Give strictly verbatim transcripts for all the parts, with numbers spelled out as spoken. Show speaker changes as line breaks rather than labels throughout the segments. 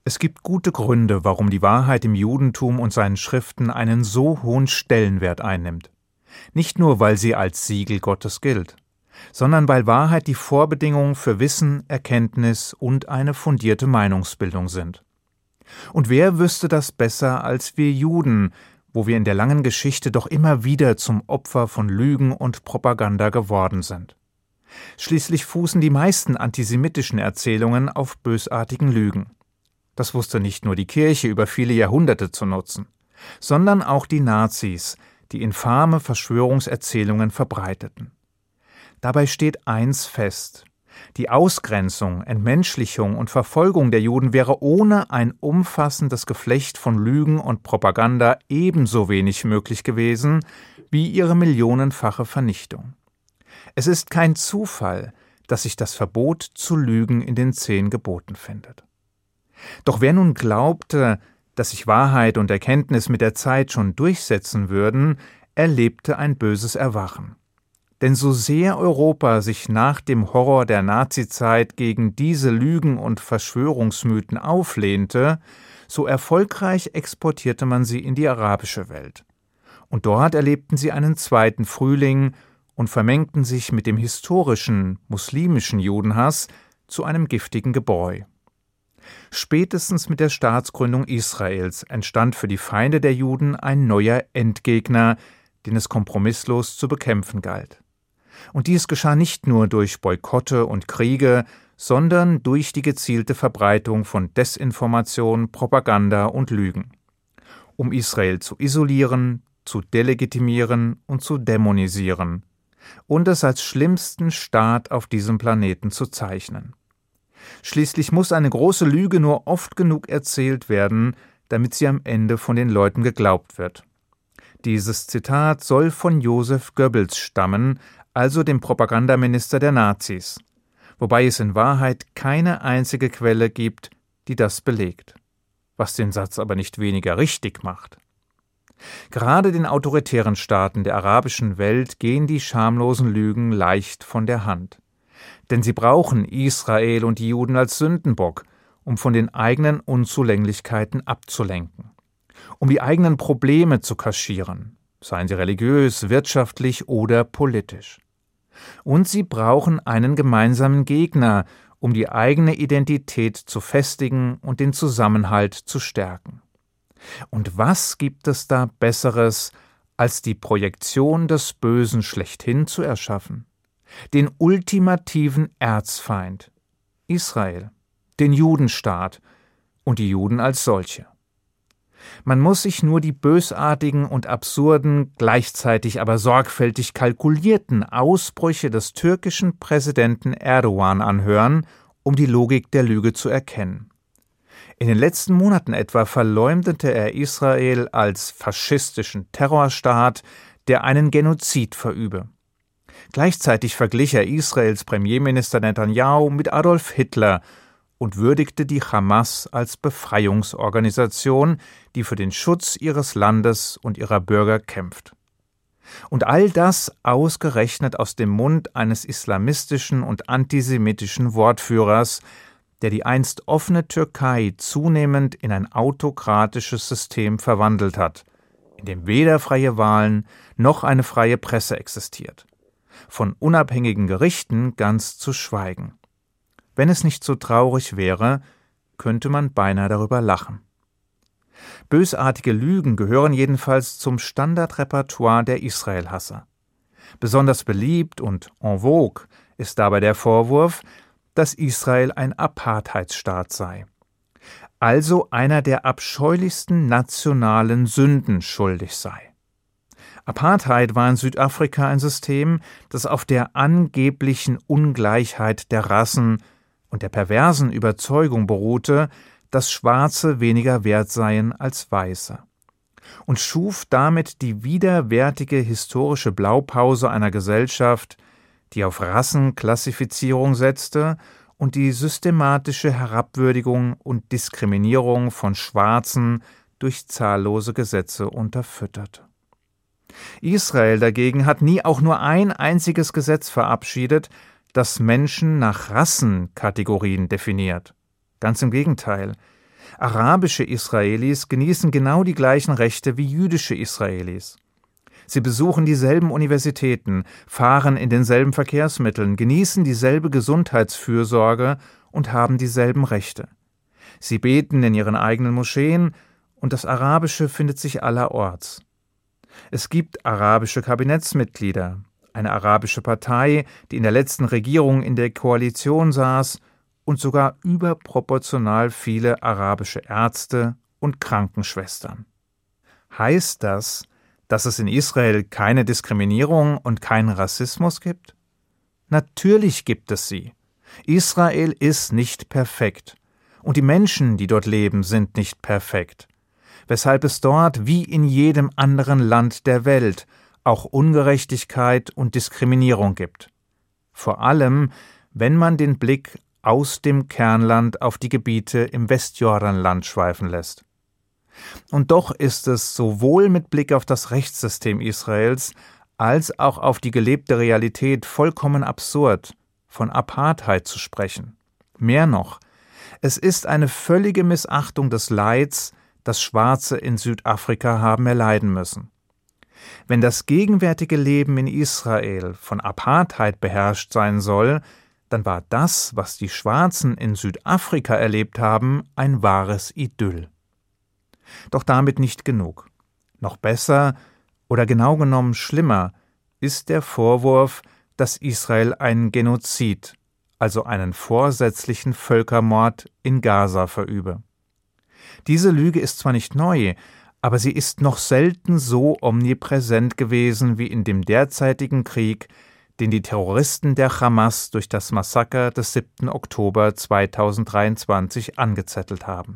Es gibt gute Gründe, warum die Wahrheit im Judentum und seinen Schriften einen so hohen Stellenwert einnimmt. Nicht nur, weil sie als Siegel Gottes gilt, sondern weil Wahrheit die Vorbedingung für Wissen, Erkenntnis und eine fundierte Meinungsbildung sind. Und wer wüsste das besser als wir Juden, wo wir in der langen Geschichte doch immer wieder zum Opfer von Lügen und Propaganda geworden sind? Schließlich fußen die meisten antisemitischen Erzählungen auf bösartigen Lügen. Das wusste nicht nur die Kirche über viele Jahrhunderte zu nutzen, sondern auch die Nazis, die infame Verschwörungserzählungen verbreiteten. Dabei steht eins fest: Die Ausgrenzung, Entmenschlichung und Verfolgung der Juden wäre ohne ein umfassendes Geflecht von Lügen und Propaganda ebenso wenig möglich gewesen wie ihre millionenfache Vernichtung. Es ist kein Zufall, dass sich das Verbot zu lügen in den zehn Geboten findet. Doch wer nun glaubte, dass sich Wahrheit und Erkenntnis mit der Zeit schon durchsetzen würden, erlebte ein böses Erwachen. Denn so sehr Europa sich nach dem Horror der Nazizeit gegen diese Lügen und Verschwörungsmythen auflehnte, so erfolgreich exportierte man sie in die arabische Welt. Und dort erlebten sie einen zweiten Frühling und vermengten sich mit dem historischen, muslimischen Judenhass zu einem giftigen Gebräu. Spätestens mit der Staatsgründung Israels entstand für die Feinde der Juden ein neuer Endgegner, den es kompromisslos zu bekämpfen galt. Und dies geschah nicht nur durch Boykotte und Kriege, sondern durch die gezielte Verbreitung von Desinformation, Propaganda und Lügen, um Israel zu isolieren, zu delegitimieren und zu dämonisieren und es als schlimmsten Staat auf diesem Planeten zu zeichnen. Schließlich muss eine große Lüge nur oft genug erzählt werden, damit sie am Ende von den Leuten geglaubt wird. Dieses Zitat soll von Joseph Goebbels stammen, also dem Propagandaminister der Nazis, wobei es in Wahrheit keine einzige Quelle gibt, die das belegt, was den Satz aber nicht weniger richtig macht. Gerade den autoritären Staaten der arabischen Welt gehen die schamlosen Lügen leicht von der Hand. Denn sie brauchen Israel und die Juden als Sündenbock, um von den eigenen Unzulänglichkeiten abzulenken, um die eigenen Probleme zu kaschieren, seien sie religiös, wirtschaftlich oder politisch. Und sie brauchen einen gemeinsamen Gegner, um die eigene Identität zu festigen und den Zusammenhalt zu stärken. Und was gibt es da Besseres, als die Projektion des Bösen schlechthin zu erschaffen? Den ultimativen Erzfeind, Israel, den Judenstaat und die Juden als solche. Man muss sich nur die bösartigen und absurden, gleichzeitig aber sorgfältig kalkulierten Ausbrüche des türkischen Präsidenten Erdogan anhören, um die Logik der Lüge zu erkennen. In den letzten Monaten etwa verleumdete er Israel als faschistischen Terrorstaat, der einen Genozid verübe. Gleichzeitig verglich er Israels Premierminister Netanyahu mit Adolf Hitler und würdigte die Hamas als Befreiungsorganisation, die für den Schutz ihres Landes und ihrer Bürger kämpft. Und all das ausgerechnet aus dem Mund eines islamistischen und antisemitischen Wortführers, der die einst offene Türkei zunehmend in ein autokratisches System verwandelt hat, in dem weder freie Wahlen noch eine freie Presse existiert. Von unabhängigen Gerichten ganz zu schweigen. Wenn es nicht so traurig wäre, könnte man beinahe darüber lachen. Bösartige Lügen gehören jedenfalls zum Standardrepertoire der Israelhasser. Besonders beliebt und en vogue ist dabei der Vorwurf, dass Israel ein Apartheidsstaat sei. Also einer der abscheulichsten nationalen Sünden schuldig sei. Apartheid war in Südafrika ein System, das auf der angeblichen Ungleichheit der Rassen und der perversen Überzeugung beruhte, dass Schwarze weniger wert seien als Weiße, und schuf damit die widerwärtige historische Blaupause einer Gesellschaft, die auf Rassenklassifizierung setzte und die systematische Herabwürdigung und Diskriminierung von Schwarzen durch zahllose Gesetze unterfütterte. Israel dagegen hat nie auch nur ein einziges Gesetz verabschiedet, das Menschen nach Rassenkategorien definiert. Ganz im Gegenteil. Arabische Israelis genießen genau die gleichen Rechte wie jüdische Israelis. Sie besuchen dieselben Universitäten, fahren in denselben Verkehrsmitteln, genießen dieselbe Gesundheitsfürsorge und haben dieselben Rechte. Sie beten in ihren eigenen Moscheen und das Arabische findet sich allerorts. Es gibt arabische Kabinettsmitglieder, eine arabische Partei, die in der letzten Regierung in der Koalition saß, und sogar überproportional viele arabische Ärzte und Krankenschwestern. Heißt das, dass es in Israel keine Diskriminierung und keinen Rassismus gibt? Natürlich gibt es sie. Israel ist nicht perfekt. Und die Menschen, die dort leben, sind nicht perfekt. Weshalb es dort, wie in jedem anderen Land der Welt, auch Ungerechtigkeit und Diskriminierung gibt. Vor allem, wenn man den Blick aus dem Kernland auf die Gebiete im Westjordanland schweifen lässt. Und doch ist es sowohl mit Blick auf das Rechtssystem Israels als auch auf die gelebte Realität vollkommen absurd, von Apartheid zu sprechen. Mehr noch, es ist eine völlige Missachtung des Leids, das Schwarze in Südafrika haben erleiden müssen. Wenn das gegenwärtige Leben in Israel von Apartheid beherrscht sein soll, dann war das, was die Schwarzen in Südafrika erlebt haben, ein wahres Idyll. Doch damit nicht genug. Noch besser oder genau genommen schlimmer ist der Vorwurf, dass Israel einen Genozid, also einen vorsätzlichen Völkermord in Gaza verübe. Diese Lüge ist zwar nicht neu, aber sie ist noch selten so omnipräsent gewesen wie in dem derzeitigen Krieg, den die Terroristen der Hamas durch das Massaker des siebten Oktober zweitausenddreiundzwanzig angezettelt haben.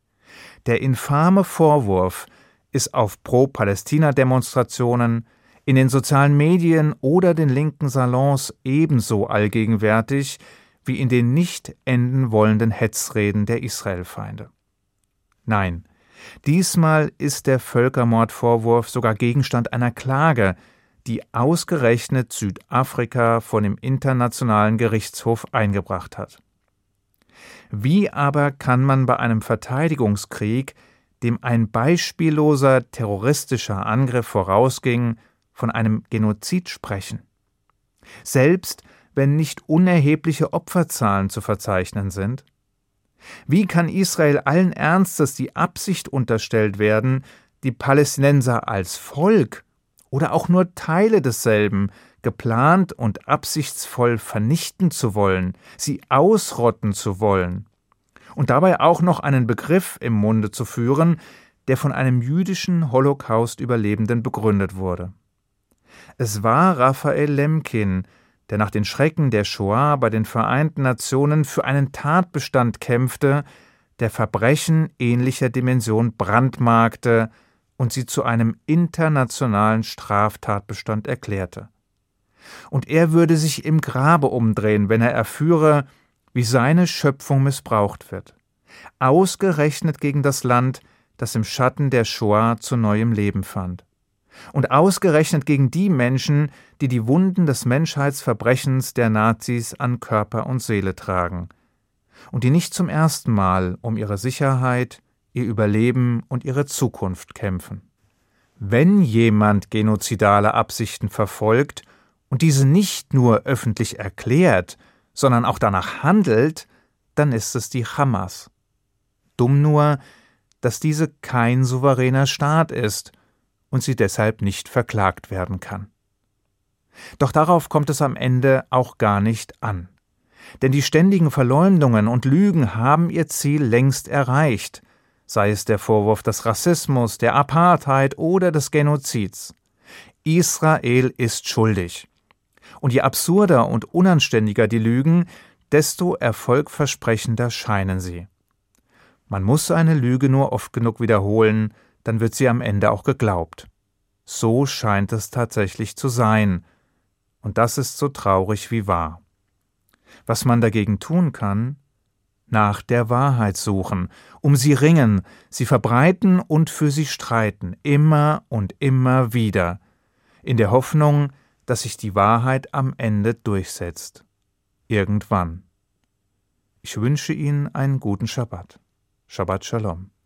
Der infame Vorwurf ist auf Pro-Palästina-Demonstrationen, in den sozialen Medien oder den linken Salons ebenso allgegenwärtig wie in den nicht enden wollenden Hetzreden der Israelfeinde. Nein, diesmal ist der Völkermordvorwurf sogar Gegenstand einer Klage, die ausgerechnet Südafrika vor dem Internationalen Gerichtshof eingebracht hat. Wie aber kann man bei einem Verteidigungskrieg, dem ein beispielloser terroristischer Angriff vorausging, von einem Genozid sprechen? Selbst wenn nicht unerhebliche Opferzahlen zu verzeichnen sind? Wie kann Israel allen Ernstes die Absicht unterstellt werden, die Palästinenser als Volk oder auch nur Teile desselben geplant und absichtsvoll vernichten zu wollen, sie ausrotten zu wollen und dabei auch noch einen Begriff im Munde zu führen, der von einem jüdischen Holocaust-Überlebenden begründet wurde? Es war Raphael Lemkin, der nach den Schrecken der Shoah bei den Vereinten Nationen für einen Tatbestand kämpfte, der Verbrechen ähnlicher Dimension brandmarkte und sie zu einem internationalen Straftatbestand erklärte. Und er würde sich im Grabe umdrehen, wenn er erführe, wie seine Schöpfung missbraucht wird. Ausgerechnet gegen das Land, das im Schatten der Shoah zu neuem Leben fand. Und ausgerechnet gegen die Menschen, die die Wunden des Menschheitsverbrechens der Nazis an Körper und Seele tragen und die nicht zum ersten Mal um ihre Sicherheit, ihr Überleben und ihre Zukunft kämpfen. Wenn jemand genozidale Absichten verfolgt und diese nicht nur öffentlich erklärt, sondern auch danach handelt, dann ist es die Hamas. Dumm nur, dass diese kein souveräner Staat ist und sie deshalb nicht verklagt werden kann. Doch darauf kommt es am Ende auch gar nicht an. Denn die ständigen Verleumdungen und Lügen haben ihr Ziel längst erreicht, sei es der Vorwurf des Rassismus, der Apartheid oder des Genozids. Israel ist schuldig. Und je absurder und unanständiger die Lügen, desto erfolgversprechender scheinen sie. Man muss eine Lüge nur oft genug wiederholen, dann wird sie am Ende auch geglaubt. So scheint es tatsächlich zu sein. Und das ist so traurig wie wahr. Was man dagegen tun kann? Nach der Wahrheit suchen, um sie ringen, sie verbreiten und für sie streiten, immer und immer wieder, in der Hoffnung, dass sich die Wahrheit am Ende durchsetzt. Irgendwann. Ich wünsche Ihnen einen guten Schabbat. Shabbat Shalom.